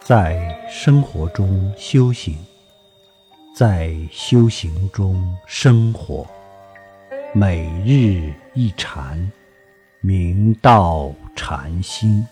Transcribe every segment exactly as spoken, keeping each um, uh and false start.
在生活中修行，在修行中生活，每日一禅，明道禅心。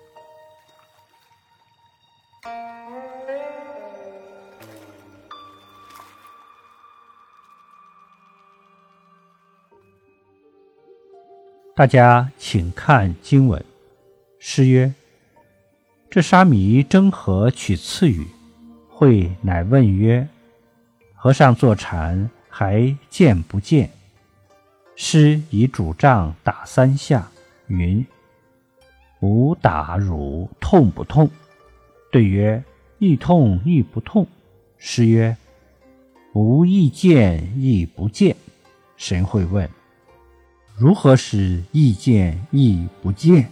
大家请看经文。诗曰：这沙弥征何取次语？慧乃问曰：和尚坐禅还见不见？师以拄杖打三下，云：吾打汝痛不痛？对曰：亦痛亦不痛。师曰：吾亦见亦不见。神会问：如何使亦见亦不见？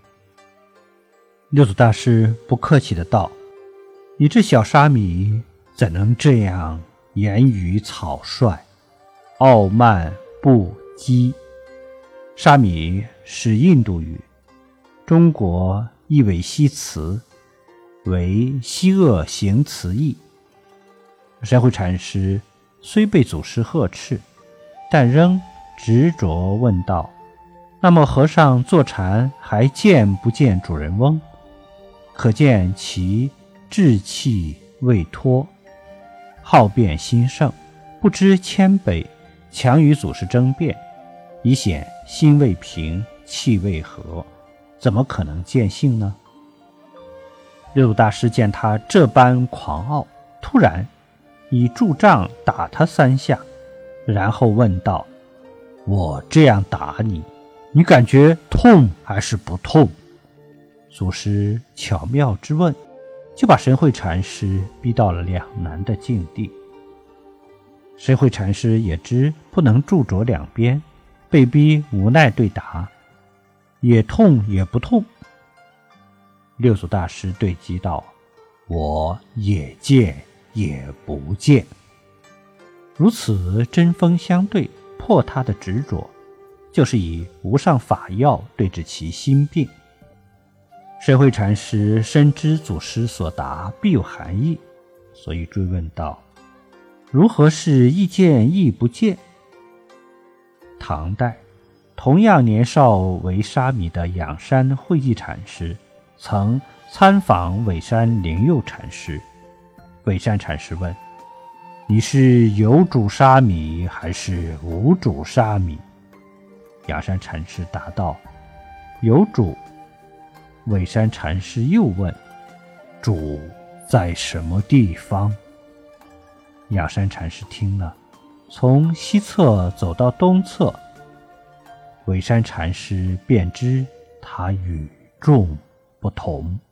六祖大师不客气地道：你这小沙弥怎能这样言语草率，傲慢不羁？沙弥是印度语，中国译为西辞，为西恶行辞义。山慧禅师虽被祖师呵斥，但仍执着问道：那么和尚坐禅还见不见主人翁？可见其志气未脱，好辩心盛，不知谦卑，强与祖师争辩，以显心未平气未和，怎么可能见性呢？六祖大师见他这般狂傲，突然以拄杖打他三下，然后问道：我这样打你，你感觉痛还是不痛？祖师巧妙之问，就把神会禅师逼到了两难的境地。神会禅师也知不能著着两边，被逼无奈对答，也痛也不痛。六祖大师对击道：我也见也不见。如此针锋相对，破他的执着，就是以无上法药对治其心病。神会禅师深知祖师所答必有含义，所以追问道：如何是亦见亦不见？唐代同样年少为沙弥的仰山慧寂禅师曾参访尾山灵佑禅师。尾山禅师问：你是有主沙弥还是无主沙弥？仰山禅师答道：有主。尾山禅师又问：主在什么地方？仰山禅师听了，从西侧走到东侧，尾山禅师便知他与众不同。